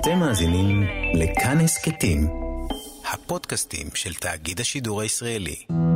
אתם מאזינים לכאן הסכתים, הפודקאסטים של תאגיד השידור הישראלי.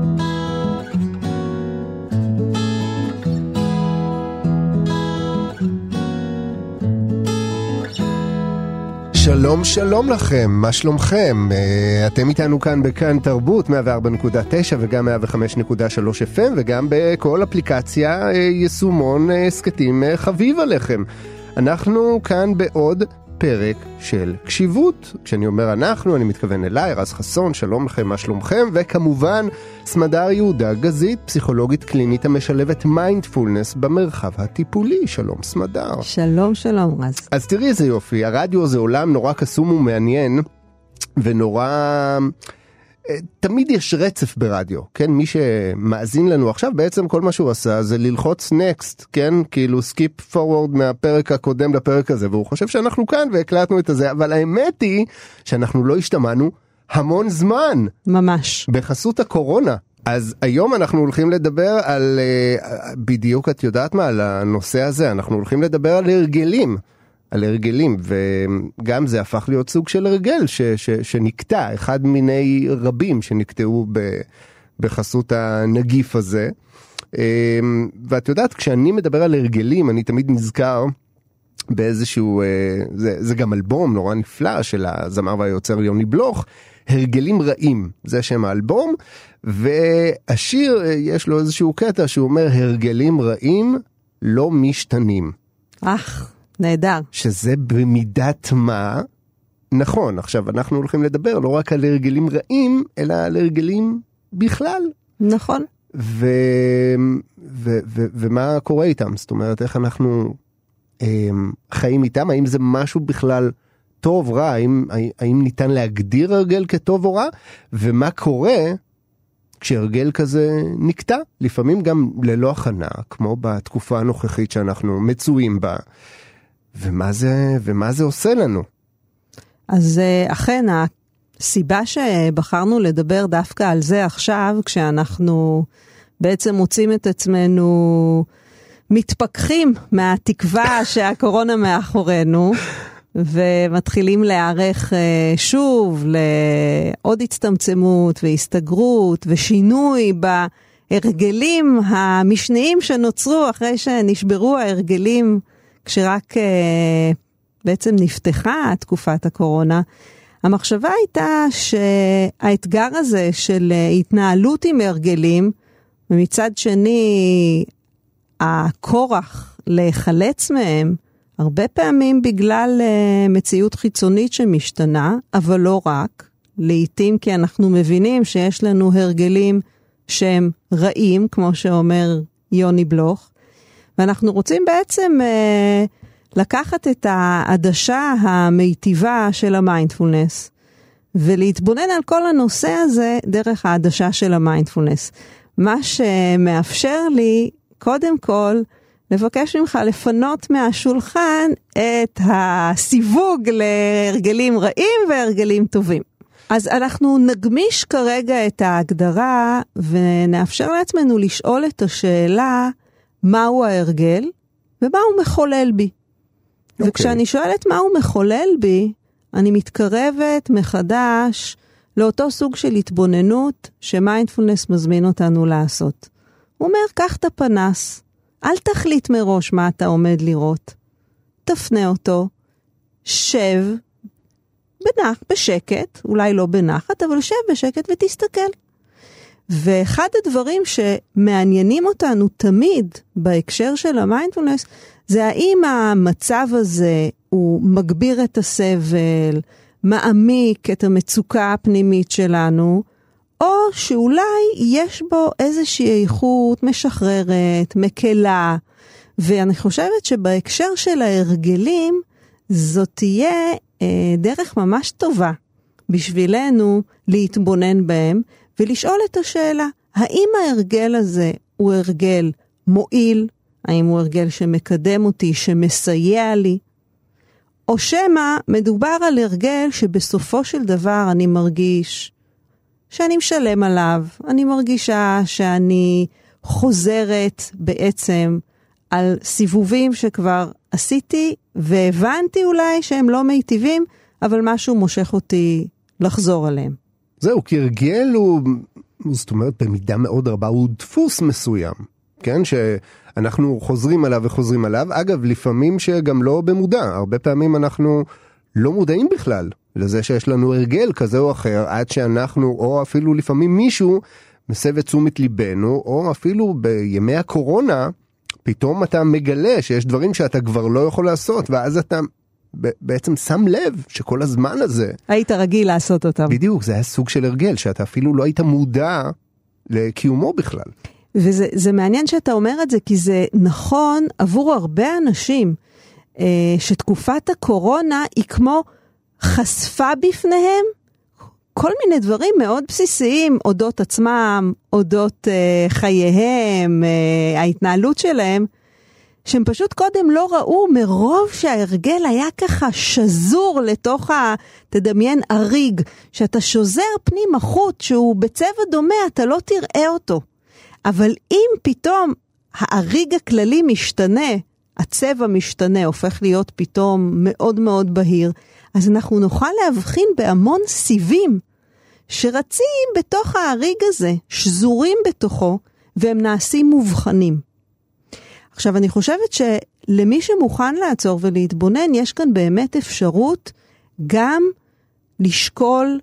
שלום שלום לכם, מה שלומכם? אתם איתנו כאן בכאן תרבות 104.9 וגם 105.3 FM וגם בכל אפליקציה יישומון הסכתים חביב עליכם. אנחנו כאן בעוד פרק של קשיבות. כשאני אומר אנחנו, אני מתכוון אליי, רז חסון, שלום לכם, מה שלומכם? וכמובן, סמדר יהודה גזית, פסיכולוגית קלינית המשלבת מיינדפולנס במרחב הטיפולי. שלום סמדר. שלום שלום רז. אז תראי איזה יופי, הרדיו זה עולם נורא קסום ומעניין, ונורא... תמיד יש רצף ברדיו, כן? מי שמאזין לנו עכשיו, בעצם כל מה שהוא עשה זה ללחוץ next, כן? כאילו skip forward מהפרק הקודם לפרק הזה, והוא חושב שאנחנו כאן והקלטנו את הזה, אבל האמת היא שאנחנו לא השתמענו המון זמן. ממש. בחסות הקורונה. אז היום אנחנו הולכים לדבר על, בדיוק את יודעת מה, על הנושא הזה, אנחנו הולכים לדבר על הרגלים. על הרגלים, וגם זה הפך להיות סוג של הרגל שנקטע, אחד מיני רבים שנקטעו בחסות הנגיף הזה. ואת יודעת, כשאני מדבר על הרגלים, אני תמיד נזכר באיזשהו, זה גם אלבום נורא נפלא של הזמר והיוצר יוני בלוך, הרגלים רעים, זה שם האלבום, והשיר יש לו איזשהו קטע שהוא אומר, הרגלים רעים לא משתנים. נהדר. שזה במידת מה, נכון, עכשיו אנחנו הולכים לדבר לא רק על הרגלים רעים, אלא על הרגלים בכלל. נכון. ומה קורה איתם? זאת אומרת, איך אנחנו חיים איתם? האם זה משהו בכלל טוב, רע? האם ניתן להגדיר הרגל כטוב או רע? ומה קורה כשהרגל כזה נקטע? לפעמים גם ללא הכנה, כמו בתקופה הנוכחית שאנחנו מצויים בה. ומה זה עושה לנו? אז אכן, הסיבה שבחרנו לדבר דווקא על זה עכשיו, כשאנחנו בעצם מוצאים את עצמנו מתפכחים מהתקווה שהקורונה מאחורינו, ומתחילים להיערך שוב לעוד הצטמצמות והסתגרות ושינוי בהרגלים המשניים שנוצרו אחרי שנשברו ההרגלים כשרק בעצם נפתחה תקופת הקורונה. המחשבה הייתה שהאתגר הזה של התנהלות עם הרגלים, ומצד שני הכורח להיחלץ מהם, הרבה פעמים בגלל מציאות חיצונית שמשתנה, אבל לא רק, לעתים כי אנחנו מבינים שיש לנו הרגלים שהם רעים, כמו שאומר יוני בלוך, ואנחנו רוצים בעצם לקחת את העדשה המיטיבה של המיינדפולנס, ולהתבונן על כל הנושא הזה דרך העדשה של המיינדפולנס. מה שמאפשר לי, קודם כל, לבקש ממך לפנות מהשולחן את הסיווג להרגלים רעים והרגלים טובים. אז אנחנו נגמיש כרגע את ההגדרה, ונאפשר לעצמנו לשאול את השאלה, מהו ההרגל, ומה הוא מחולל בי. וכשאני שואלת מה הוא מחולל בי, אני מתקרבת מחדש לאותו סוג של התבוננות שמיינדפולנס מזמין אותנו לעשות. הוא אומר, קח את הפנס, אל תחליט מראש מה אתה עומד לראות. תפנה אותו, שב, בשקט, אולי לא בנחת, אבל שב בשקט ותסתכל. ואחד הדברים שמעניינים אותנו תמיד בהקשר של המיינדפולנס, זה האם המצב הזה הוא מגביר את הסבל, מעמיק את המצוקה הפנימית שלנו, או שאולי יש בו איזושהי איכות משחררת, מקלה, ואני חושבת שבהקשר של ההרגלים, זאת תהיה דרך ממש טובה בשבילנו להתבונן בהם, ולשאול את השאלה, האם ההרגל הזה הוא הרגל מועיל? האם הוא הרגל שמקדם אותי, שמסייע לי? או שמה מדובר על הרגל שבסופו של דבר אני מרגיש שאני משלם עליו, אני מרגישה שאני חוזרת בעצם על סיבובים שכבר עשיתי, והבנתי אולי שהם לא מיטיבים, אבל משהו מושך אותי לחזור עליהם. זהו, כי הרגל הוא, זאת אומרת, במידה מאוד רבה, הוא דפוס מסוים, כן? שאנחנו חוזרים עליו וחוזרים עליו. אגב, לפעמים שגם לא במודע, הרבה פעמים אנחנו לא מודעים בכלל לזה שיש לנו הרגל כזה או אחר, עד שאנחנו, או אפילו לפעמים מישהו, מסב את תשומת ליבנו, או אפילו בימי הקורונה, פתאום אתה מגלה שיש דברים שאתה כבר לא יכול לעשות, ואז אתה בעצם שם לב שכל הזמן הזה... היית רגיל לעשות אותם. בדיוק, זה היה סוג של הרגל, שאתה אפילו לא היית מודע לקיומו בכלל. וזה מעניין שאתה אומר את זה, כי זה נכון עבור הרבה אנשים, שתקופת הקורונה היא כמו חשפה בפניהם, כל מיני דברים מאוד בסיסיים, אודות עצמם, אודות חייהם, ההתנהלות שלהם, שהם פשוט קודם לא ראו מרוב שההרגל היה ככה שזור לתוך תדמיין אריג, שאתה שוזר פנים החוט שהוא בצבע דומה, אתה לא תראה אותו. אבל אם פתאום האריג הכללי משתנה, הצבע משתנה, הופך להיות פתאום מאוד מאוד בהיר, אז אנחנו נוכל להבחין בהמון סיבים שרצים בתוך האריג הזה, שזורים בתוכו, והם נעשים מובחנים. עכשיו, אני חושבת שלמי שמוכן לעצור ולהתבונן, יש כאן באמת אפשרות גם לשקול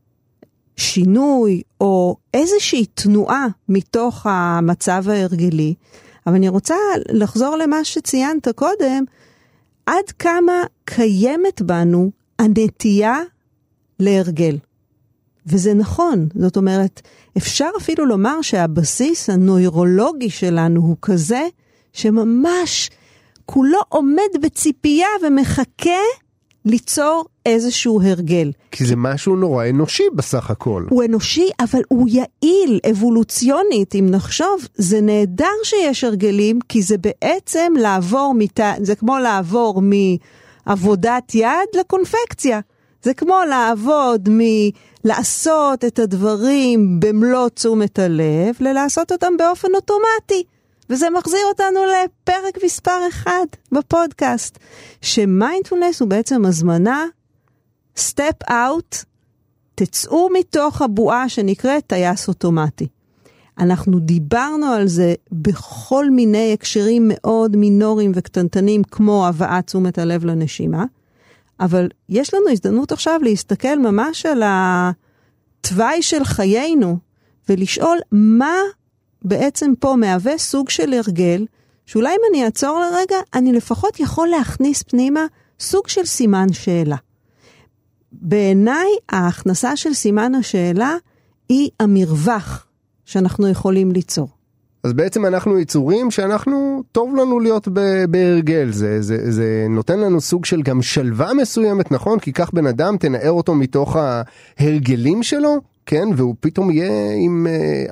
שינוי או איזושהי תנועה מתוך המצב ההרגלי. אבל אני רוצה לחזור למה שציינת קודם, עד כמה קיימת בנו הנטייה להרגל. וזה נכון, זאת אומרת, אפשר אפילו לומר שהבסיס הנוירולוגי שלנו הוא כזה, שממש כולו עומד בציפייה ומחכה ליצור איזשהו הרגל. כי זה משהו נורא אנושי בסך הכל. הוא אנושי, אבל הוא יעיל, אבולוציונית, אם נחשוב, זה נהדר שיש הרגלים, כי זה בעצם לעבור, זה כמו לעבור מעבודת יד לקונפקציה. זה כמו לעבוד לעשות את הדברים במלוא תשומת הלב, ללעשות אותם באופן אוטומטי. וזה מחזיר אותנו לפרק מספר 1 בפודקאסט, שמיינדפולנס הוא בעצם הזמנה, step out, תצאו מתוך הבועה שנקראת טייס אוטומטי. אנחנו דיברנו על זה בכל מיני הקשרים מאוד מינוריים וקטנטנים, כמו הבאת תשומת הלב לנשימה, אבל יש לנו הזדמנות עכשיו להסתכל ממש על התוואי של חיינו, ולשאול מה בעצם פה מהווה סוג של הרגל, שאולי אם אני אעצור לרגע, אני לפחות יכול להכניס פנימה סוג של סימן שאלה. בעיניי, ההכנסה של סימן השאלה היא המרווח שאנחנו יכולים ליצור. אז בעצם אנחנו יצורים שאנחנו, טוב לנו להיות בהרגל, זה נותן לנו סוג של גם שלווה מסוימת, נכון? כי כך בן אדם תנער אותו מתוך ההרגלים שלו, כן? והוא פתאום יהיה עם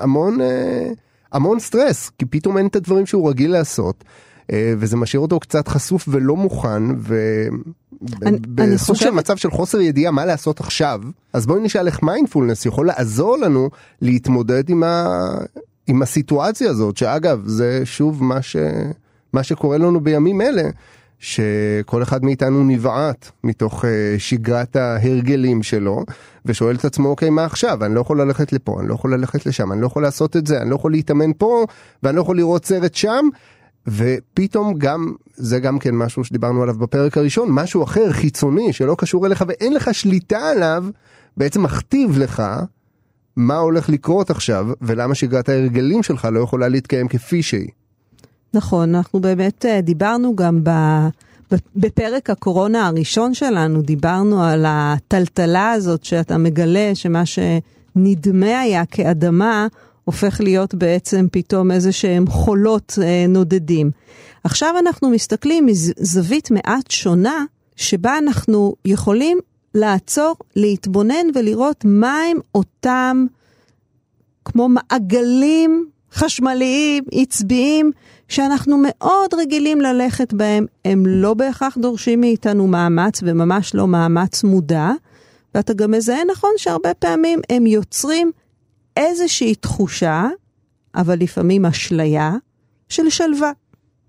המון סטרס, כי פתאום אין את הדברים שהוא רגיל לעשות, וזה משאיר אותו קצת חשוף ולא מוכן, בסוג של מצב של חוסר ידיעה מה לעשות עכשיו. אז בואי נשאל איך מיינדפולנס יכול לעזור לנו להתמודד עם הסיטואציה הזאת, שאגב, זה שוב מה שקורה לנו בימים אלה, שכל אחד מאיתנו נבעט מתוך שגרת ההרגלים שלו, ושואל את עצמו, אוקיי, מה עכשיו? אני לא יכול ללכת לפה, אני לא יכול ללכת לשם, אני לא יכול לעשות את זה, אני לא יכול להתאמן פה, ואני לא יכול לראות סרט שם, ופתאום גם, זה גם כן משהו שדיברנו עליו בפרק הראשון, משהו אחר, חיצוני, שלא קשור אליך, ואין לך שליטה עליו, בעצם מכתיב לך, מה הולך לקרות עכשיו, ולמה שגרת ההרגלים שלך לא יכולה להתקיים כפי שהיא. נכון, אנחנו באמת דיברנו גם בפרק הקורונה הראשון שלנו, דיברנו על הטלטלה הזאת שאתה מגלה שמה שנדמה היה כאדמה, הופך להיות בעצם פתאום איזה שהם חולות נודדים. עכשיו אנחנו מסתכלים מזווית מעט שונה, שבה אנחנו יכולים לעצור, להתבונן ולראות מהם אותם כמו מעגלים חשמליים, עצביים, שאנחנו מאוד רגילים ללכת בהם. הם לא בהכרח דורשים מאיתנו מאמץ, וממש לא מאמץ מודע, ואתה גם מזהה נכון שהרבה פעמים הם יוצרים איזושהי תחושה, אבל לפעמים אשליה, של שלווה.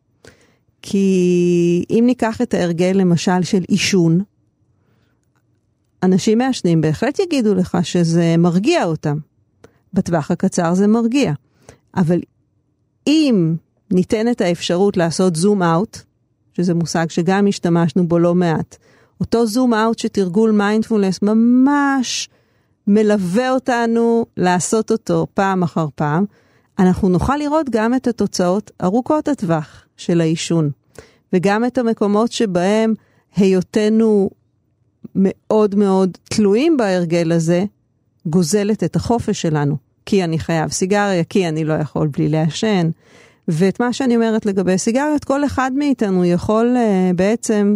כי אם ניקח את ההרגל למשל של עישון, אנשים מעשנים בהחלט יגידו לך שזה מרגיע אותם. בטווח הקצר זה מרגיע. אבל אם ניתן את האפשרות לעשות זום אאוט, שזה מושג שגם השתמשנו בו לא מעט, אותו זום אאוט שתרגול מיינדפולנס ממש מלווה אותנו לעשות אותו פעם אחר פעם, אנחנו נוכל לראות גם את התוצאות ארוכות הטווח של העישון, וגם את המקומות שבהם היותנו מאוד מאוד תלויים בהרגל הזה, גוזלת את החופש שלנו. כי אני חייב סיגריה, כי אני לא יכול בלי לעשן. ואת מה שאני אומרת לגבי סיגריות, כל אחד מאיתנו יכול בעצם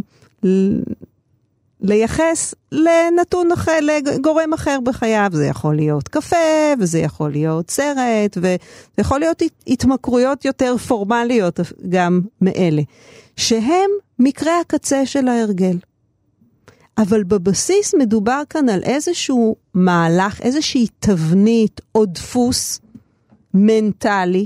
לייחס לנתון אחר, לגורם אחר בחייו. זה יכול להיות קפה, וזה יכול להיות סרט, וזה יכול להיות התמכרויות יותר פורמליות גם מאלה, שהם מקרה הקצה של ההרגל. אבל בבסיס מדובר כאן על איזשהו מהלך, איזושהי תבנית או דפוס מנטלי,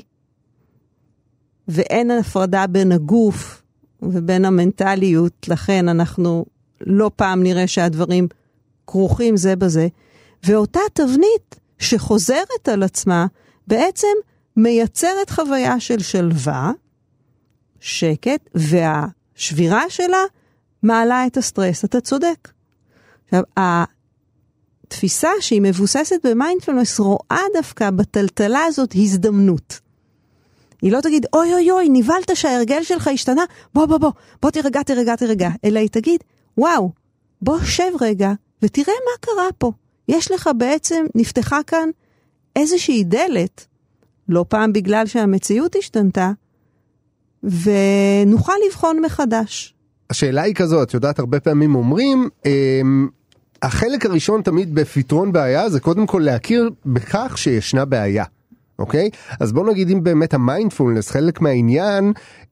ואין הפרדה בין הגוף ובין המנטליות, לכן אנחנו לא פעם נראה שהדברים כרוכים זה בזה, ואותה תבנית שחוזרת על עצמה בעצם מייצרת חוויה של שלווה, שקט, והשבירה שלה מעלה את הסטרס. אתה צודק. עכשיו, התפיסה שהיא מבוססת במיינדפולנס רואה דווקא בטלטלה הזאת הזדמנות. היא לא תגיד, אוי אוי אוי, ניבלת שההרגל שלך השתנה, בוא תרגע, אלא היא תגיד, וואו, בוא שב רגע ותראה מה קרה פה. יש לך בעצם, נפתחה כאן איזושהי דלת, לא פעם בגלל שהמציאות השתנתה, ונוכל לבחון מחדש. השאלה היא כזאת, את יודעת, הרבה פעמים אומרים, החלק הראשון תמיד בפתרון בעיה, זה קודם כל להכיר בכך שישנה בעיה. אוקיי? אז בוא נגיד אם באמת המיינדפולנס, חלק מהעניין,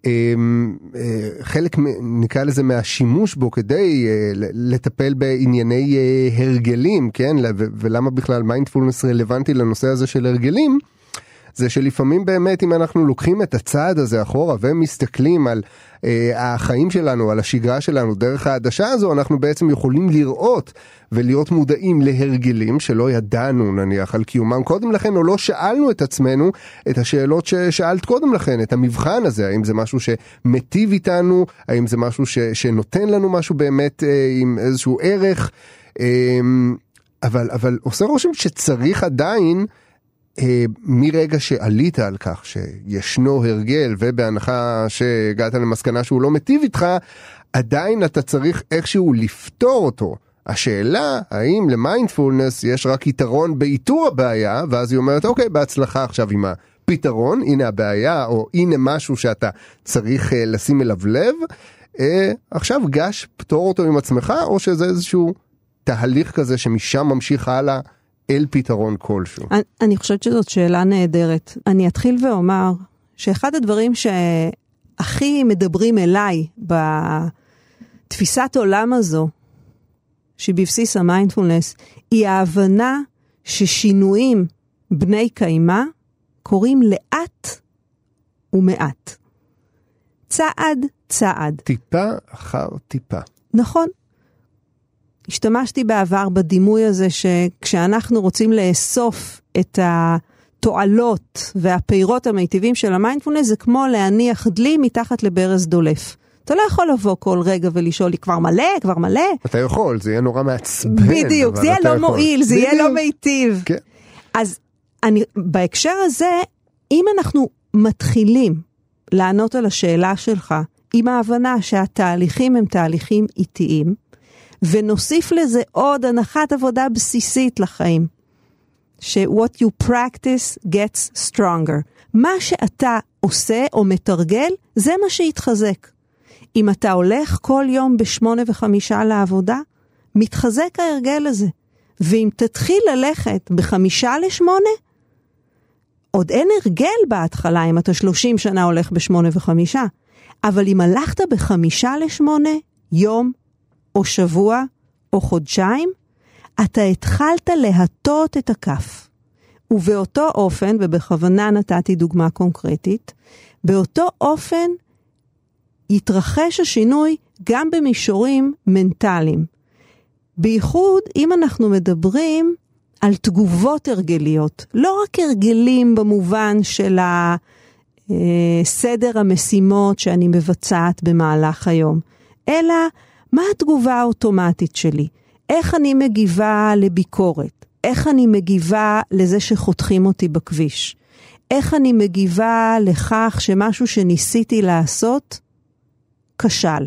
חלק נקרא לזה מהשימוש בו כדי לטפל בענייני הרגלים, כן? ולמה בכלל מיינדפולנס רלוונטי לנושא הזה של הרגלים? זה שלפעמים באמת אם אנחנו לוקחים את הצעד הזה אחורה ומסתכלים על החיים שלנו, על השגרה שלנו, דרך העדשה הזו, אנחנו בעצם יכולים לראות ולהיות מודעים להרגלים שלא ידענו נניח על קיומם קודם לכן, או לא שאלנו את עצמנו את השאלות ששאלת קודם לכן, את המבחן הזה, האם זה משהו שמטיב איתנו, האם זה משהו שנותן לנו משהו באמת עם איזשהו ערך, אבל עושה רושם שצריך עדיין, מרגע שעלית על כך שישנו הרגל ובהנחה שהגעת למסקנה שהוא לא מטיב איתך, עדיין אתה צריך איכשהו לפתור אותו. השאלה, האם למיינדפולנס יש רק יתרון באיתור הבעיה, ואז היא אומרת, אוקיי, בהצלחה עכשיו עם הפתרון, הנה הבעיה, או הנה משהו שאתה צריך לשים אליו לב, עכשיו גש, פתור אותו עם עצמך, או שזה איזשהו תהליך כזה שמשם ממשיך הלאה, אל פתרון כלשהו. אני חושבת שזאת שאלה נהדרת. אני אתחיל ואומר שאחד הדברים שהכי מדברים אליי בתפיסת עולם הזו, שבבסיס המיינדפולנס, היא ההבנה ששינויים בני קיימה קורים לאט ומעט. צעד צעד. טיפה אחר טיפה. נכון. השתמשתי בעבר בדימוי הזה שכשאנחנו רוצים לאסוף את התועלות והפירות המיטיבים של המיינדפולנס, זה כמו להניח דלי מתחת לברז דולף. אתה לא יכול לבוא כל רגע ולשאול לי, כבר מלא? אתה יכול, זה יהיה נורא מעצבן. בדיוק, זה יהיה לא מועיל, זה יהיה לא מיטיב. כן. אז בהקשר הזה, אם אנחנו מתחילים לענות על השאלה שלך, עם ההבנה שהתהליכים הם תהליכים איטיים, ונוסיף לזה עוד הנחת עבודה בסיסית לחיים. ש-what you practice gets stronger. מה שאתה עושה או מתרגל, זה מה שיתחזק. אם אתה הולך כל יום ב8:05 לעבודה, מתחזק ההרגל הזה. ואם תתחיל ללכת ב7:55, עוד אין הרגל בהתחלה, אם אתה 30 שנה הולך ב8:05, אבל אם הלכת ב7:55, יום, או שבוע, או חודשיים, אתה התחלת להטות את הכף. ובאותו אופן, ובכוונה נתתי דוגמה קונקרטית, באותו אופן יתרחש השינוי גם במישורים מנטליים. בייחוד אם אנחנו מדברים על תגובות הרגליות, לא רק הרגלים במובן של סדר המשימות שאני מבצעת במהלך היום, אלא מה התגובה האוטומטית שלי, איך אני מגיבה לביקורת, איך אני מגיבה לזה שחותכים אותי בכביש, איך אני מגיבה לכך שמשהו שניסיתי לעשות כשל.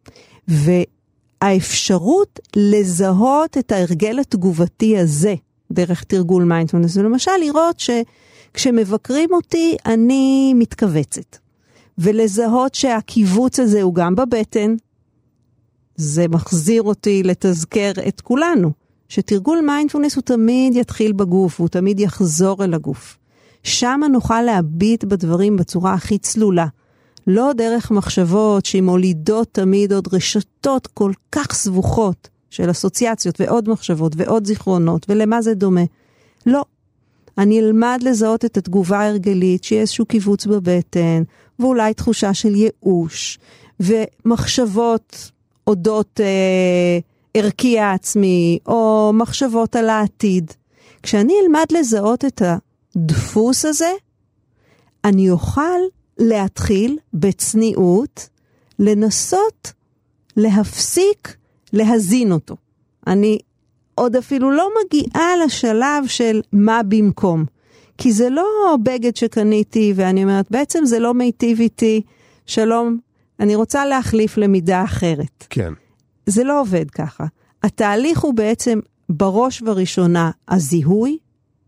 והאפשרות לזהות את ההרגל התגובתי הזה דרך תרגול מיינדפולנס, ולמשל לראות שכשמבקרים אותי אני מתכווצת, ולזהות שהקיבוץ הזה הוא גם בבטן, זה מחזיר אותי לתזכר את כולנו, שתרגול מיינדפולנס הוא תמיד יתחיל בגוף, הוא תמיד יחזור אל הגוף. שם נוכל להביט בדברים בצורה הכי צלולה, לא דרך מחשבות שמולידות תמיד עוד רשתות כל כך סבוכות של אסוציאציות ועוד מחשבות ועוד זיכרונות, ולמה זה דומה? לא. אני אלמד לזהות את התגובה ההרגלית, שיהיה איזשהו קיבוץ בבטן, ואולי תחושה של ייאוש, ומחשבות אודות ערכי העצמי, או מחשבות על העתיד. כשאני אלמד לזהות את הדפוס הזה, אני אוכל להתחיל בצניעות, לנסות להפסיק להזין אותו. אני עוד אפילו לא מגיעה לשלב של מה במקום. כי זה לא בגד שקניתי ואני אומרת, בעצם זה לא מיטיב איתי, שלום, אני רוצה להחליף למידה אחרת. כן. זה לא עובד ככה. התהליך הוא בעצם בראש וראשונה הזיהוי,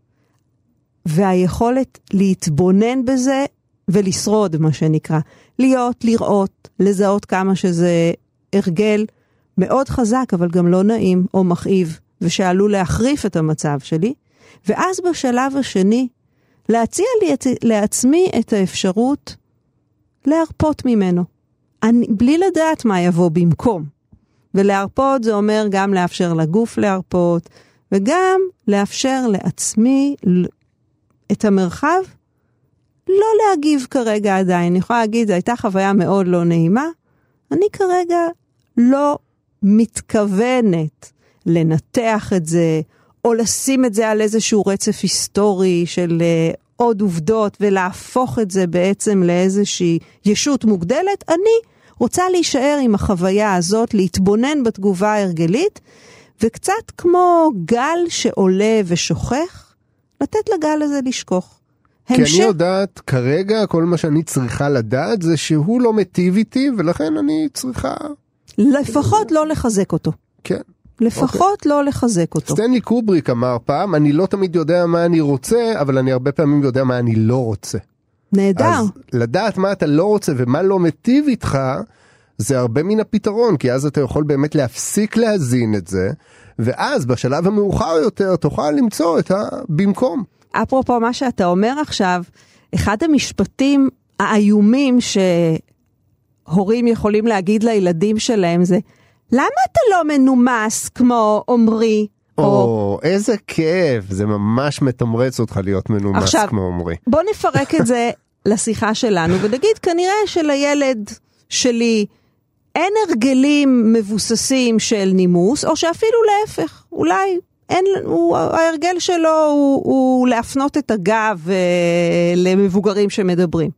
והיכולת להתבונן בזה ולשרוד, מה שנקרא. להיות, לראות, לזהות כמה שזה הרגל מאוד חזק, אבל גם לא נעים או מכאיב, ושעלול להחריף את המצב שלי. ואז בשלב השני, להציע לי לעצמי את האפשרות להרפות ממנו. בלי לדעת מה יבוא במקום. ולהרפות זה אומר גם לאפשר לגוף להרפות, וגם לאפשר לעצמי את המרחב, לא להגיב כרגע עדיין. אני יכולה להגיד, זו הייתה חוויה מאוד לא נעימה, אני כרגע לא מתכוונת לנתח את זה, או לשים את זה על איזשהו רצף היסטורי של עוד עובדות, ולהפוך את זה בעצם לאיזושהי ישות מוגדלת. אני רוצה להישאר עם החוויה הזאת, להתבונן בתגובה ההרגלית, וקצת כמו גל שעולה ושוכח, לתת לגל הזה לשכוח. כי אני יודעת, כרגע כל מה שאני צריכה לדעת זה שהוא לא מטיב איתי, ולכן אני צריכה לפחות לא לחזק אותו. כן. לפחות לא לחזק אותו. סטנלי קובריק אמר פעם, אני לא תמיד יודע מה אני רוצה, אבל אני הרבה פעמים יודע מה אני לא רוצה. נהדר. אז לדעת מה אתה לא רוצה ומה לא מטיב איתך, זה הרבה מן הפתרון, כי אז אתה יכול באמת להפסיק להזין את זה, ואז בשלב המאוחר יותר תוכל למצוא את במקום. אפרופו מה שאתה אומר עכשיו, אחד המשפטים האיומים שהורים יכולים להגיד לילדים שלהם זה, למה אתה לא מנומס כמו עומרי? או איזה כיף, זה ממש מתמרץ אותך להיות מנומס עכשיו, כמו עומרי. בוא נפרק את זה לשיחה שלנו, ונגיד כנראה שלילד שלי אין הרגלים מבוססים של נימוס, או שאפילו להפך, אולי ההרגל שלו הוא להפנות את הגב למבוגרים שמדברים.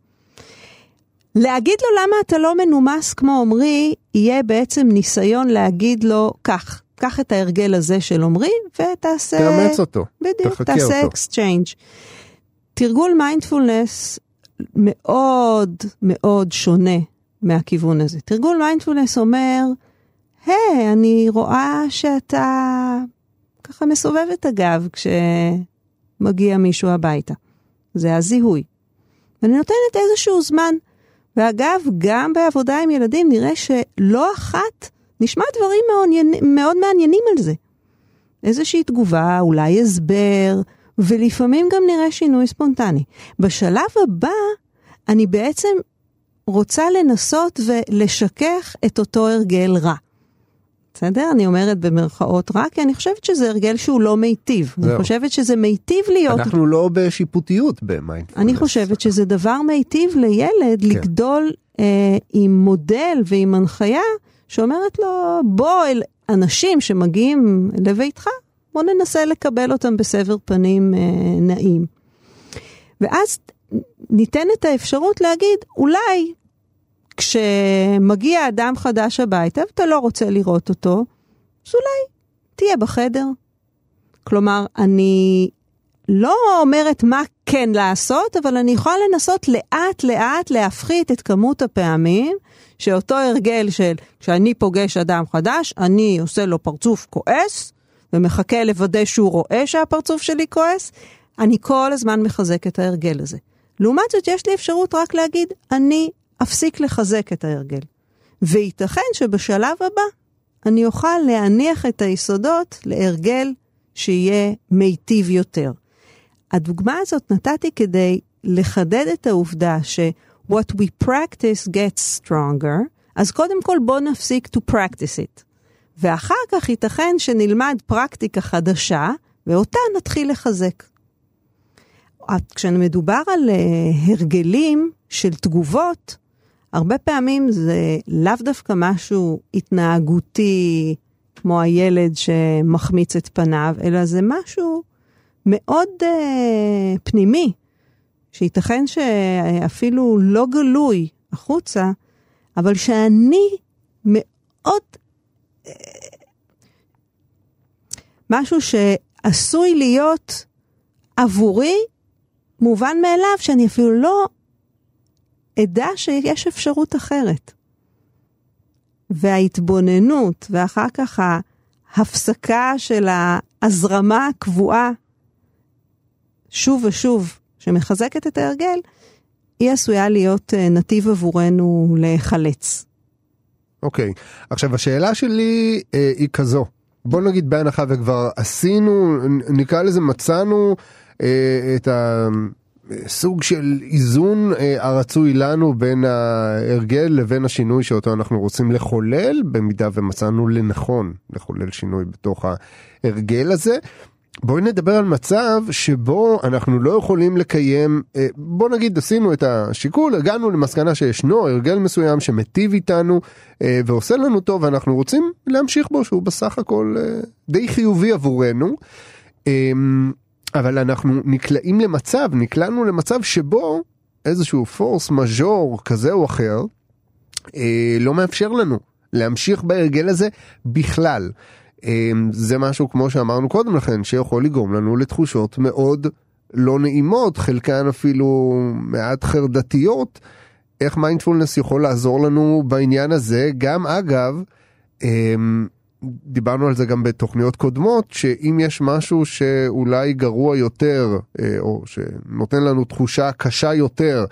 להגיד לו למה אתה לא מנומס כמו עומרי, יהיה בעצם ניסיון להגיד לו קח את ההרגל הזה של עומרי, ותעשה... תאמץ אותו. בדיוק, תעשה אקסצ'יינג'. תרגול מיינדפולנס מאוד מאוד שונה מהכיוון הזה. תרגול מיינדפולנס אומר, אני רואה שאתה ככה מסובב את הגב כשמגיע מישהו הביתה. זה הזיהוי. ואני נותנת איזשהו זמן, ואגב, גם בעבודה עם ילדים נראה שלא אחת נשמע דברים מאוד מעניינים על זה. איזושהי תגובה, אולי הסבר, ולפעמים גם נראה שינוי ספונטני. בשלב הבא, אני בעצם רוצה לנסות ולשכח את אותו הרגל רע. בסדר? אני אומרת במרכאות רע, כי אני חושבת שזה הרגל שהוא לא מיטיב. אני חושבת שזה מיטיב להיות... אנחנו לא בשיפוטיות במיינדפולנס. אני חושבת שזה דבר מיטיב לילד לגדול עם מודל ועם הנחיה, שאומרת לו, בוא, אנשים שמגיעים לביתך, בוא ננסה לקבל אותם בסבר פנים נעים. ואז ניתן את האפשרות להגיד, אולי כשמגיע אדם חדש הביתה, ואתה לא רוצה לראות אותו, אז אולי תהיה בחדר. כלומר, אני לא אומרת מה כן לעשות, אבל אני יכולה לנסות לאט לאט להפחית את כמות הפעמים, שאותו הרגל של כשאני פוגש אדם חדש, אני עושה לו פרצוף כועס, ומחכה לוודא שהוא רואה שהפרצוף שלי כועס, אני כל הזמן מחזק את ההרגל הזה. לעומת זאת, יש לי אפשרות רק להגיד, אני אפסיק לחזק את ההרגל. וייתכן שבשלב הבא, אני אוכל להניח את היסודות להרגל שיהיה מיטיב יותר. הדוגמה הזאת נתתי כדי לחדד את העובדה ש-what we practice gets stronger, אז קודם כל בוא נפסיק to practice it. ואחר כך ייתכן שנלמד פרקטיקה חדשה, ואותה נתחיל לחזק. כשמדובר על הרגלים של תגובות, הרבה פעמים זה לאו דווקא משהו התנהגותי, כמו הילד שמחמיץ את פניו, אלא זה משהו מאוד פנימי, שייתכן שאפילו לא גלוי החוצה, אבל שאני מאוד משהו שעשוי להיות עבורי מובן מאליו, שאני אפילו לא אדע שיש אפשרות אחרת. וההתבוננות ואחר כך ההפסקה של ההזרמה הקבועה שוב ושוב שמחזקת את ההרגל, היא עשויה להיות נתיב עבורנו לחלץ. אוקיי, עכשיו השאלה שלי היא כזו, בוא נגיד בהנחה וכבר עשינו, נקרא לזה מצאנו את הסוג של איזון הרצוי לנו בין ההרגל לבין השינוי שאותו אנחנו רוצים לחולל, במידה ומצאנו לנכון לחולל שינוי בתוך ההרגל הזה. בואי נדבר על מצב שבו אנחנו לא יכולים לקיים, בוא נגיד עשינו את השיקול, הגענו למסקנה שישנו הרגל מסוים שמטיב איתנו ועושה לנו טוב, ואנחנו רוצים להמשיך בו שהוא בסך הכל די חיובי עבורנו, אבל אנחנו נקלענו למצב שבו איזשהו פורס מז'ור כזה או אחר לא מאפשר לנו להמשיך בהרגל הזה בכלל. זה משהו כמו שאמרנו קודם לכן, שיכול לגרום לנו לתחושות מאוד לא נעימות, חלקן אפילו מעט חרדתיות. איך מיינדפולנס יכול לעזור לנו בעניין הזה? גם אגב, דיברנו על זה גם בתוכניות קודמות, שאם יש משהו שאולי גרוע יותר, או שנותן לנו תחושה קשה יותר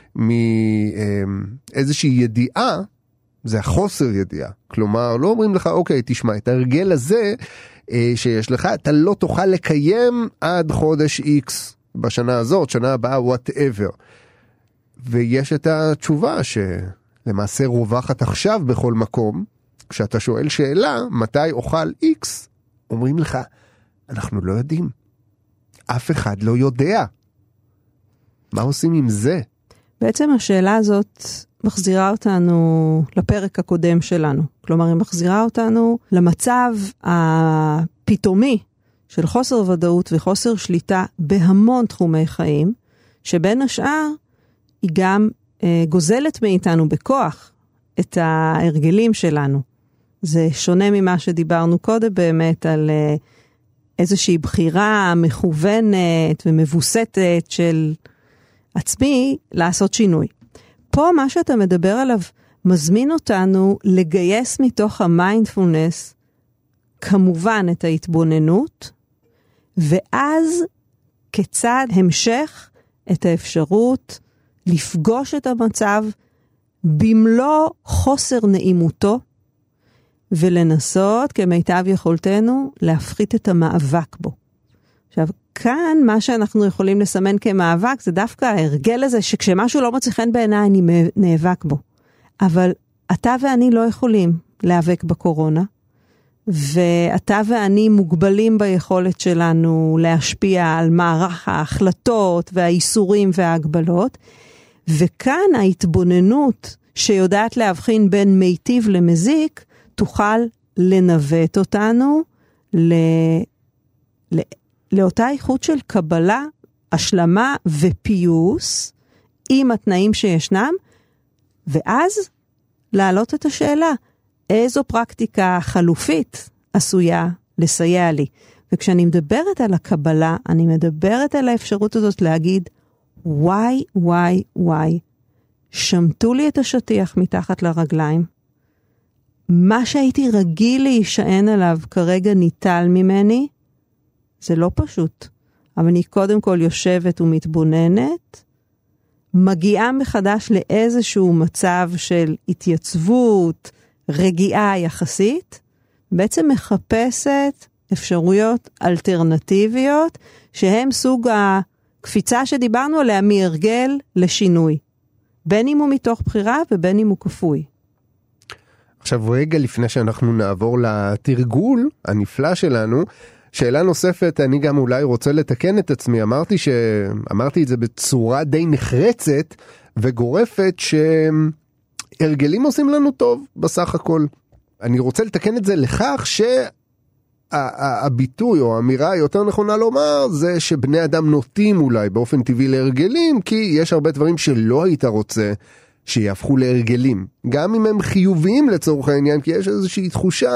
מאיזושהי ידיעה, זה החוסר ידיעה. כלומר, לא אומרים לך, אוקיי, תשמע, את ההרגל הזה שיש לך, אתה לא תוכל לקיים עד חודש X בשנה הזאת, שנה הבאה, whatever. ויש את התשובה שלמעשה רווחת עכשיו בכל מקום, כשאתה שואל שאלה, מתי אוכל X, אומרים לך, אנחנו לא יודעים. אף אחד לא יודע. מה עושים עם זה? בעצם השאלה הזאת מחזירה אותנו לפרק הקודם שלנו. כלומר, היא מחזירה אותנו למצב הפתאומי של חוסר ודאות וחוסר שליטה בהמון תחומי חיים, שבין השאר היא גם גוזלת מאיתנו בכוח את ההרגלים שלנו. זה שונה ממה שדיברנו קודם באמת על איזושהי בחירה מכוונת ומבוסתת של עצמי לעשות שינוי. פה מה שאתה מדבר עליו מזמין אותנו לגייס מתוך המיינדפולנס כמובן את ההתבוננות, ואז כצד המשך את האפשרות לפגוש את המצב במלוא חוסר נעימותו, ולנסות כמיטב יכולתנו להפחית את המאבק בו. עכשיו, כאן מה שאנחנו יכולים לסמן כמאבק, זה דווקא ההרגל הזה, שכשמשהו לא מוצא חן בעיניי, אני נאבק בו. אבל אתה ואני לא יכולים להיאבק בקורונה, ואתה ואני מוגבלים ביכולת שלנו להשפיע על מערך ההחלטות והאיסורים וההגבלות, וכאן ההתבוננות שיודעת להבחין בין מיטיב למזיק, תוכל לנווט אותנו לאותה איכות של קבלה, השלמה ופיוס עם התנאים שישנם, ואז להעלות את השאלה, איזו פרקטיקה חלופית עשויה לסייע לי. וכשאני מדברת על הקבלה, אני מדברת על האפשרות הזאת להגיד, וואי, וואי, וואי, שמטו לי את השטיח מתחת לרגליים, מה שהייתי רגיל להישען עליו כרגע ניטל ממני, זה לא פשוט. אבל אני קודם כל יושבת ומתבוננת, מגיעה מחדש לאיזשהו מצב של התייצבות, רגיעה יחסית, בעצם מחפשת אפשרויות אלטרנטיביות, שהם סוג הקפיצה שדיברנו עליה מהרגל לשינוי. בין אם הוא מתוך בחירה ובין אם הוא כפוי. עכשיו רגע לפני שאנחנו נעבור לתרגול הנפלא שלנו, שאלה נוספת, אני גם אולי רוצה לתקן את עצמי, אמרתי את זה בצורה די נחרצת וגורפת, שהרגלים עושים לנו טוב בסך הכל. אני רוצה לתקן את זה לכך שהביטוי או האמירה היותר נכונה לומר, זה שבני אדם נוטים אולי באופן טבעי להרגלים, כי יש הרבה דברים שלא היית רוצה שיהפכו להרגלים. גם אם הם חיוביים לצורך העניין, כי יש איזושהי תחושה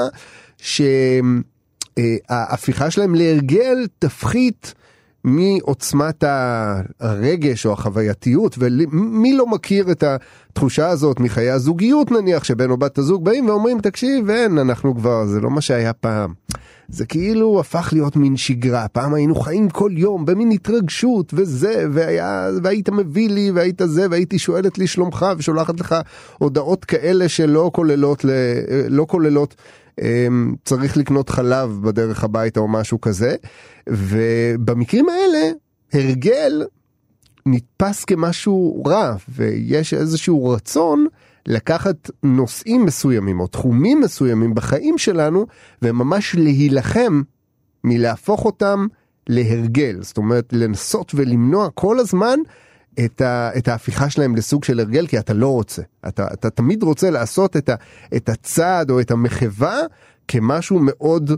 ההפיכה שלהם להרגל תפחית מעוצמת הרגש או החווייתיות, ומי לא מכיר את התחושה הזאת מחיי הזוגיות נניח, שבן או בת הזוג באים ואומרים, תקשיב, אנחנו כבר, זה לא מה שהיה פעם. זה כאילו הפך להיות מין שגרה, פעם היינו חיים כל יום במין התרגשות וזה, והיית מביא לי והיית זה, והייתי שואלת לי שלומך ושולחת לך הודעות כאלה שלא כוללות צריך לקנות חלב בדרך הביתה או משהו כזה, ובמקרים האלה הרגל נתפס כמשהו רע, ויש איזשהו רצון לקחת נושאים מסוימים או תחומים מסוימים בחיים שלנו, וממש להילחם מלהפוך אותם להרגל, זאת אומרת לנסות ולמנוע כל הזמן את ההפיכה שלהם לסוג של הרגל, כי אתה לא רוצה. אתה תמיד רוצה לעשות את הצעד או את המחווה כמשהו מאוד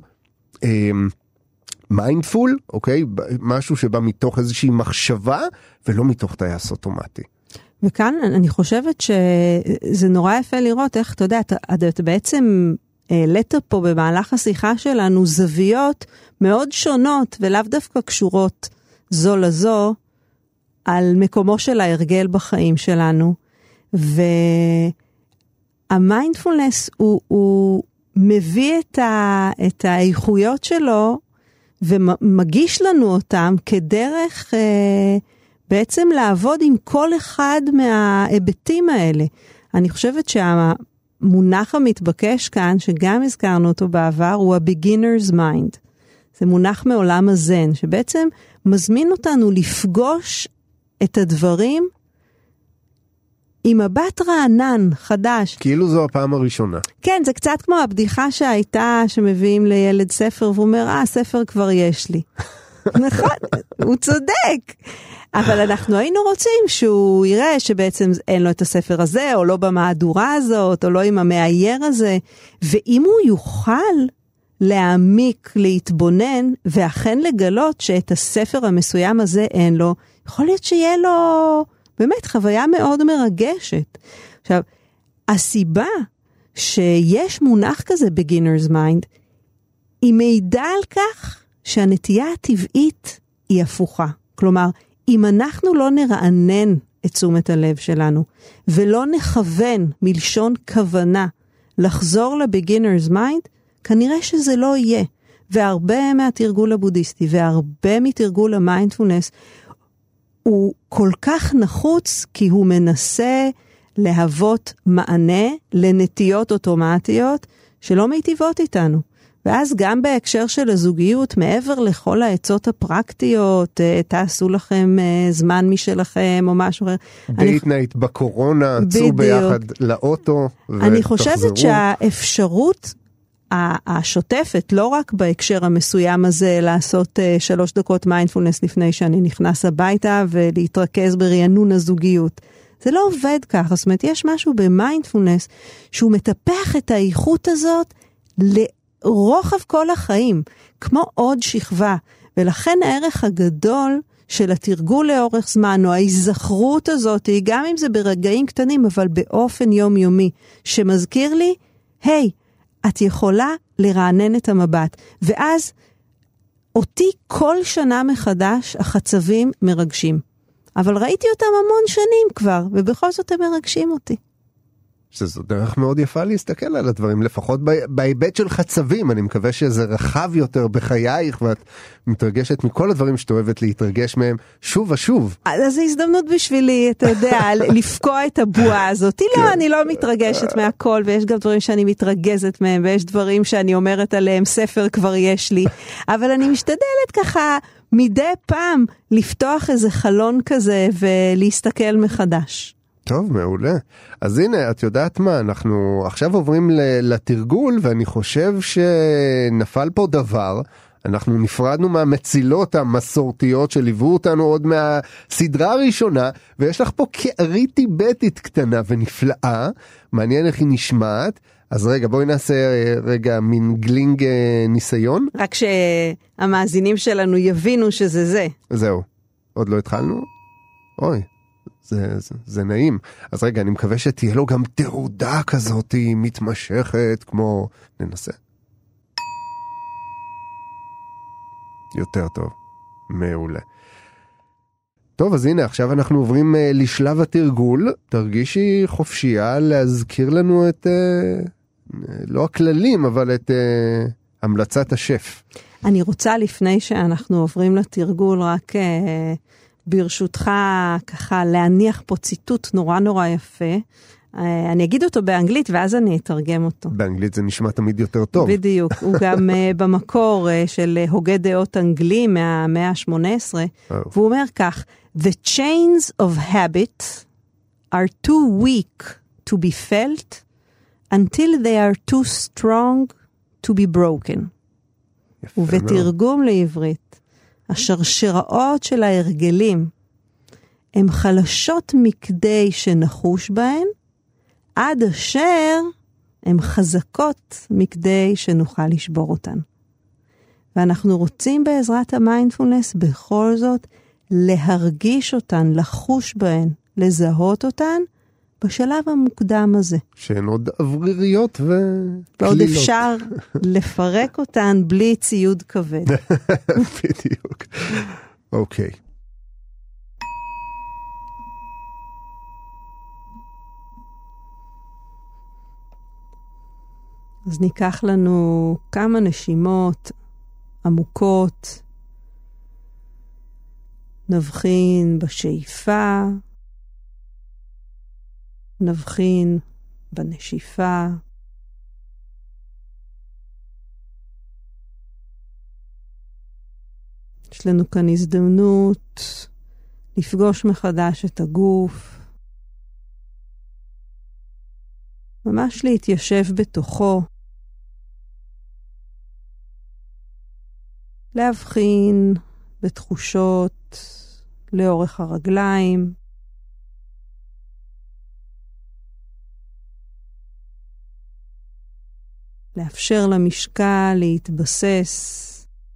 מיינדפול, אוקיי? משהו שבא מתוך איזושהי מחשבה ולא מתוך טייס אוטומטי. וכאן אני חושבת שזה נורא יפה לראות איך, אתה יודע, אתה בעצם העלית פה במהלך השיחה שלנו זוויות מאוד שונות ולאו דווקא קשורות זו לזו, על מקומו של ההרגל בחיים שלנו, והמיינדפולנס הוא מביא את האיכויות שלו, ומגיש לנו אותם כדרך בעצם לעבוד עם כל אחד מההיבטים האלה. אני חושבת שהמונח המתבקש כאן, שגם הזכרנו אותו בעבר, הוא ה-beginner's mind. זה מונח מעולם הזן, שבעצם מזמין אותנו לפגוש את הדברים עם מבט רענן, חדש. כאילו זו הפעם הראשונה. כן, זה קצת כמו הבדיחה שהייתה, שמביאים לילד ספר, והוא אומר, ספר כבר יש לי. נכון, הוא צודק. אבל אנחנו היינו רוצים שהוא יראה שבעצם אין לו את הספר הזה, או לא במהדורה הזאת, או לא עם המאייר הזה. ואם הוא יוכל להעמיק, להתבונן, ואכן לגלות שאת הספר המסוים הזה אין לו, יכול להיות שיהיה לו באמת חוויה מאוד מרגשת. עכשיו, הסיבה שיש מונח כזה beginner's mind, היא מעידה על כך שהנטייה הטבעית היא הפוכה. כלומר, אם אנחנו לא נרענן את תשומת הלב שלנו, ולא נכוון מלשון כוונה לחזור ל-beginner's mind, כנראה שזה לא יהיה. והרבה מהתרגול הבודהיסטי, והרבה מתרגול המיינדפולנס, הוא כל כך נחוץ, כי הוא מנסה להוות מענה לנטיות אוטומטיות, שלא מיטיבות איתנו. ואז גם בהקשר של הזוגיות, מעבר לכל העצות הפרקטיות, תעשו לכם זמן משלכם או משהו אחר. דייט נייט בקורונה, צאו ביחד לאוטו ותחזרו. אני חושבת שהאפשרות השוטפת, לא רק בהקשר המסוים הזה, לעשות 3 דקות מיינדפולנס לפני שאני נכנס הביתה, ולהתרכז ברענון הזוגיות. זה לא עובד ככה, זאת אומרת, יש משהו במיינדפולנס, שהוא מטפח את האיכות הזאת, לרוחב כל החיים, כמו עוד שכבה, ולכן הערך הגדול של התרגול לאורך זמן, או ההיזכרות הזאת, היא גם אם זה ברגעים קטנים, אבל באופן יומיומי, שמזכיר לי, היי, את יכולה לרענן את המבט. ואז אותי כל שנה מחדש החצבים מרגשים. אבל ראיתי אותם המון שנים כבר, ובכל זאת הם מרגשים אותי. שזו דרך מאוד יפה להסתכל על הדברים, לפחות בהיבט של חצבים. אני מקווה שזה רחב יותר בחייך, ואת מתרגשת מכל הדברים שאת אוהבת להתרגש מהם שוב ושוב. אז זו הזדמנות בשבילי, אתה יודע, לפקוע את הבועה הזאת. לא, אני לא מתרגשת מהכל, ויש גם דברים שאני מתרגזת מהם, ויש דברים שאני אומרת עליהם, ספר כבר יש לי, אבל אני משתדלת ככה מדי פעם לפתוח איזה חלון כזה, ולהסתכל מחדש. טוב, מעולה. אז הנה, את יודעת מה, אנחנו עכשיו עוברים לתרגול, ואני חושב שנפל פה דבר. אנחנו נפרדנו מהמצילות המסורתיות שליוו אותנו עוד מהסדרה הראשונה, ויש לך פה קערי טיבטית קטנה ונפלאה, מעניין איך היא נשמעת. אז רגע, בואי נעשה רגע מין גלינג ניסיון. רק שהמאזינים שלנו יבינו שזה זה. זהו, עוד לא התחלנו? אוי. זה נעים. אז רגע, אני מקווה שתהיה לו גם תעודה כזאת מתמשכת, כמו... ננסה. יותר טוב. מעולה. טוב, אז הנה, עכשיו אנחנו עוברים לשלב התרגול. תרגישי חופשייה להזכיר לנו את... לא הכללים, אבל את המלצת השף. אני רוצה לפני שאנחנו עוברים לתרגול רק... ברשותך ככה להניח פה ציטוט נורא נורא יפה. אני אגיד אותו באנגלית ואז אני אתרגם אותו. באנגלית זה נשמע תמיד יותר טוב. בדיוק, הוא גם במקור של הוגה דעות אנגלי מהמאה ה-18, והוא אומר כך, The chains of habit are too weak to be felt until they are too strong to be broken. ובתרגום לעברית, השרשראות של ההרגלים הן חלשות מכדי שנחוש בהן, עד אשר הן חזקות מכדי שנוכל לשבור אותן. ואנחנו רוצים בעזרת המיינדפולנס בכל זאת להרגיש אותן, לחוש בהן, לזהות אותן בשלב המוקדם הזה. שהן עוד אווריריות וכלילות. ועוד אפשר לפרק אותן בלי ציוד כבד. בדיוק. אוקיי. אז ניקח לנו כמה נשימות עמוקות. נבחין בשאיפה. נבחין בנשיפה. יש לנו כאן הזדמנות לפגוש מחדש את הגוף. ממש להתיישב בתוכו. להבחין בתחושות לאורך הרגליים. לאפשר למשקל להתבסס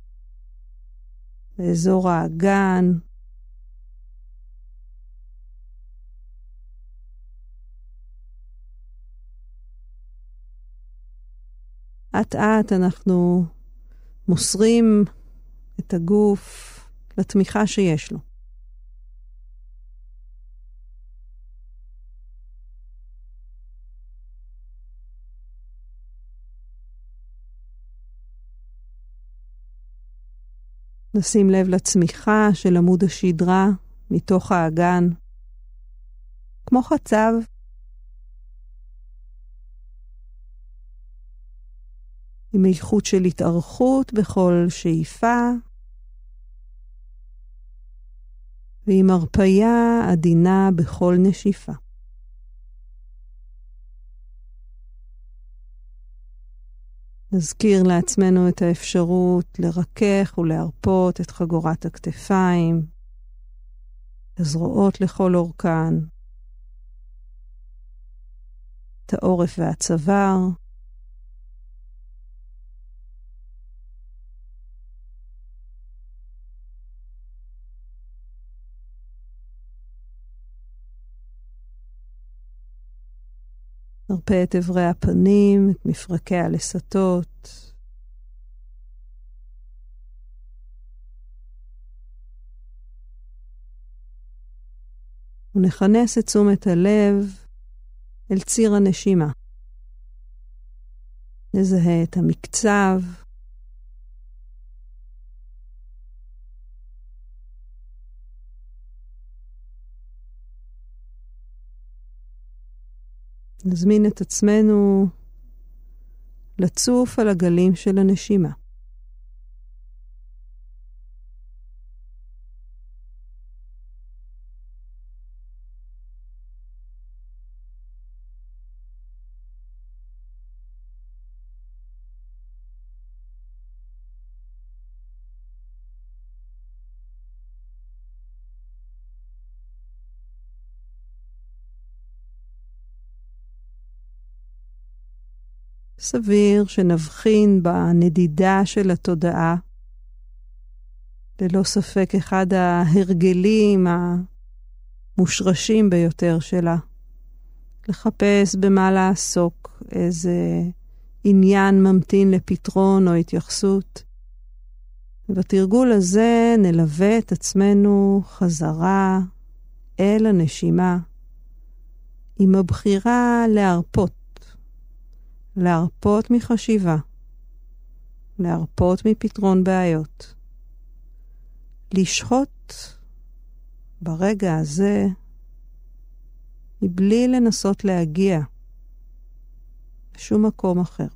באזור האגן. עט עט אנחנו מוסרים את הגוף לתמיכה שיש לו. נשים לב לצמיחה של עמוד השדרה מתוך האגן, כמו חצב. עם איכות של התארכות בכל שאיפה, ועם הרפיה עדינה בכל נשיפה. נזכיר לעצמנו את האפשרות לרכך ולהרפות את חגורת הכתפיים, הזרועות לכל אורכן, את העורף והצוואר, נרפה את עברי הפנים, את מפרקי הלסתות. ונכנס את תשומת הלב אל ציר הנשימה. נזהה את המקצב. נזמין את עצמנו לצוף על הגלים של הנשימה. סביר שנבחין בנדידה של התודעה. ללא ספק אחד ההרגלים המושרשים ביותר שלה. לחפש במה לעסוק, איזה עניין ממתין לפתרון או התייחסות. ובתרגול הזה נלווה את עצמנו חזרה אל הנשימה, עם הבחירה להרפות. להרפות מחשיבה, להרפות מפתרון בעיות, לשהות ברגע הזה מבלי לנסות להגיע לשום מקום אחר.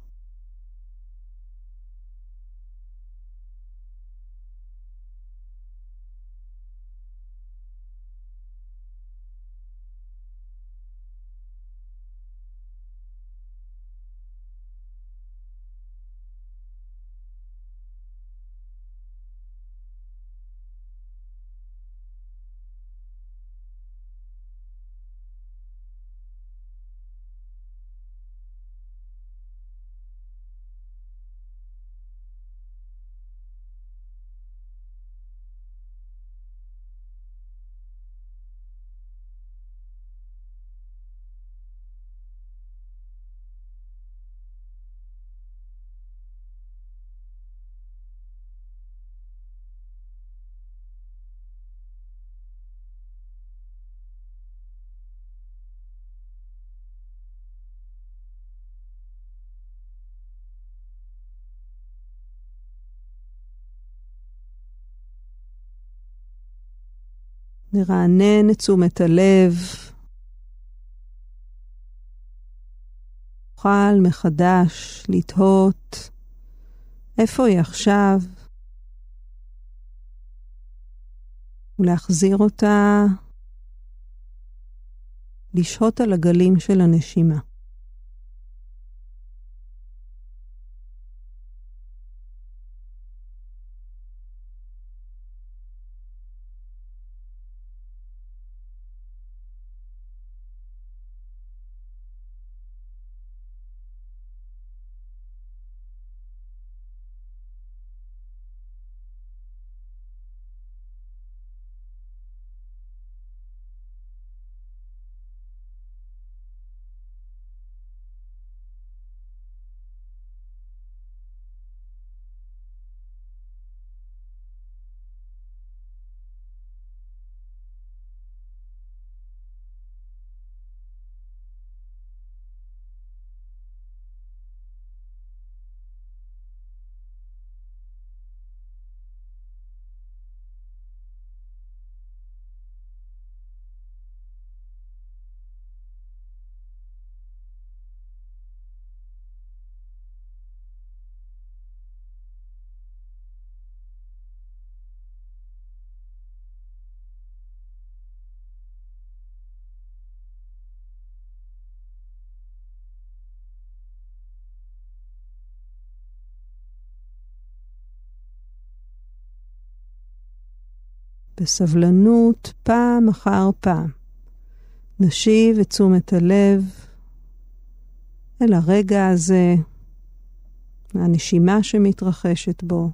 נרענן את תשומת הלב. נוכל מחדש לתהות איפה היא עכשיו, ולהחזיר אותה לשהות על הגלים של הנשימה. בסבלנות פעם אחר פעם. נשיב את תשומת הלב אל הרגע הזה, הנשימה שמתרחשת בו.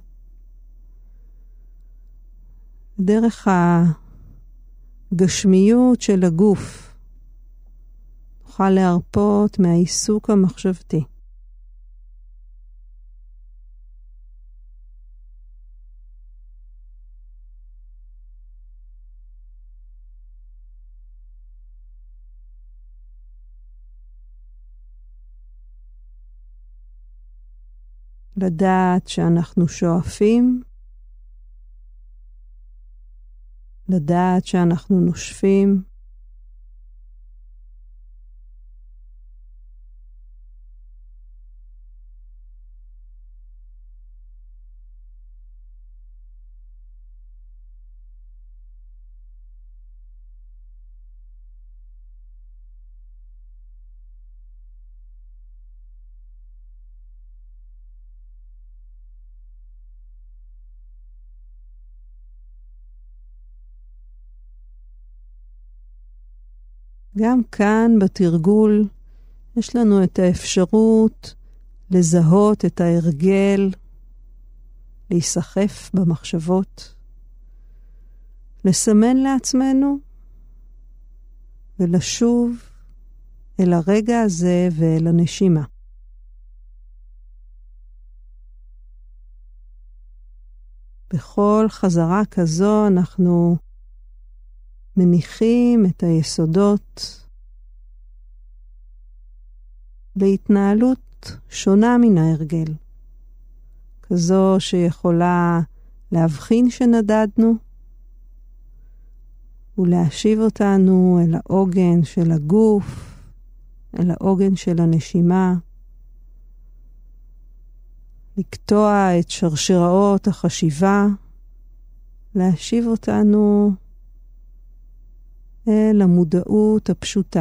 דרך הגשמיות של הגוף, נוכל להרפות מהעיסוק המחשבתי. לדעת שאנחנו שואפים, לדעת שאנחנו נושפים, גם כאן בתרגול יש לנו את האפשרות לזהות את ההרגל, להיסחף במחשבות, לסמן לעצמנו ולשוב אל הרגע הזה ואל הנשימה. בכל חזרה כזו אנחנו מניחים את היסודות להתנהלות שונה מן ההרגל, כזו שיכולה להבחין שנדדנו ולהשיב אותנו אל העוגן של הגוף, אל העוגן של הנשימה, לקטוע את שרשראות החשיבה, להשיב אותנו אל המודעות הפשוטה.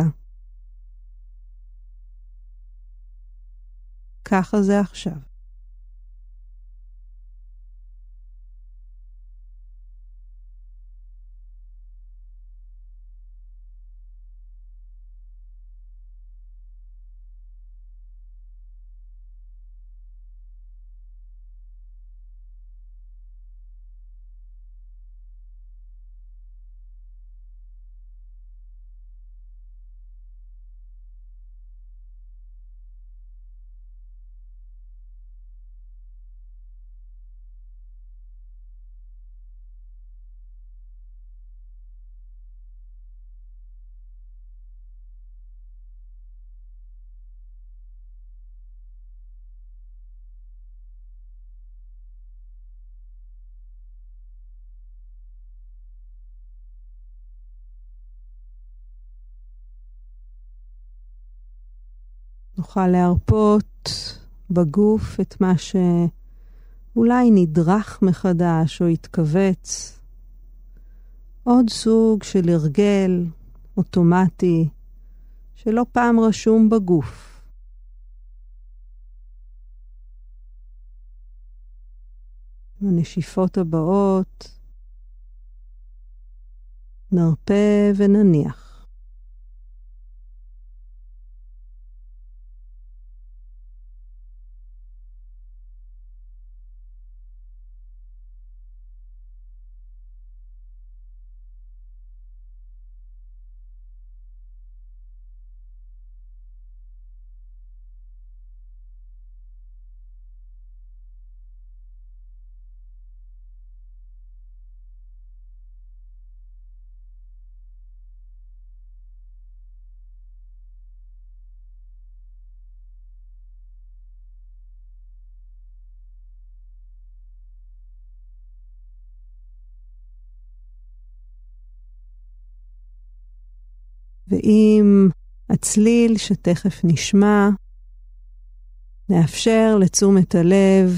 ככה זה עכשיו. נוכל להרפות בגוף את מה שאולי נדרך מחדש או יתכווץ. עוד סוג של הרגל אוטומטי שלא פעם רשום בגוף. הנשיפות הבאות נרפה ונניח. ואם הצליל שתכף נשמע, נאפשר לתשומת הלב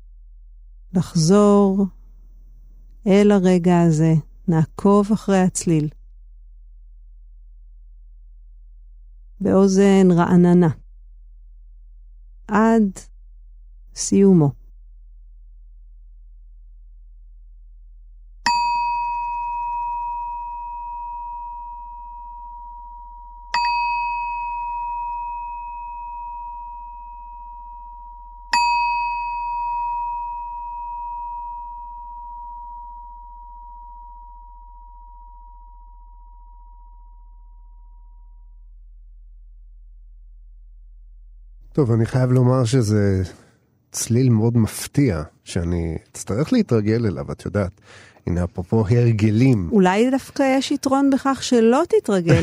לחזור אל הרגע הזה, נעקוב אחרי הצליל. באוזן רעננה. עד סיומו. טוב, אני חייב לומר שזה צליל מאוד מפתיע, שאני אצטרך להתרגל אליו, את יודעת. הנה, אפרופו הרגלים. אולי דווקא יש יתרון בכך שלא תתרגל.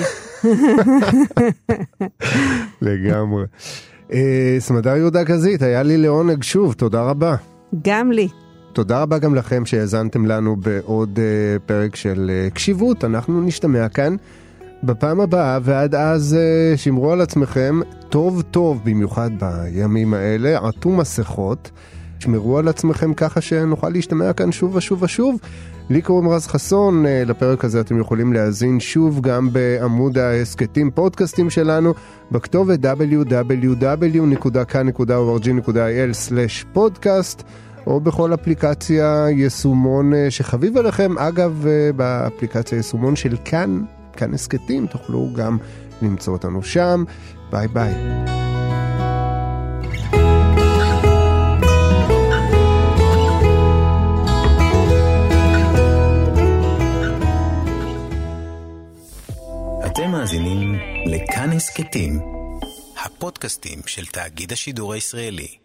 לגמרי. סמדר יהודה גזית, היה לי לעונג שוב, תודה רבה. גם לי. תודה רבה גם לכם שהאזנתם לנו בעוד פרק של קשיבות. אנחנו נשתמע כאן בפעם הבאה, ועד אז שמרו על עצמכם טוב טוב, במיוחד בימים האלה, עטו מסכות, שמרו על עצמכם ככה שנוכל להשתמע כאן שוב ושוב ושוב. לי קוראים רז חסון, לפרק הזה אתם יכולים להאזין שוב גם בעמוד ההסקטים פודקאסטים שלנו, בכתובת www.kan.org.il/podcast, או בכל אפליקציה יישומון שחביב עליכם. אגב, באפליקציה יישומון של כאן הסקטים, תוכלו גם למצוא אותנו שם. ביי ביי. אתם מאזינים לכאן הסקטים, הפודקאסטים של תאגיד השידור הישראלי.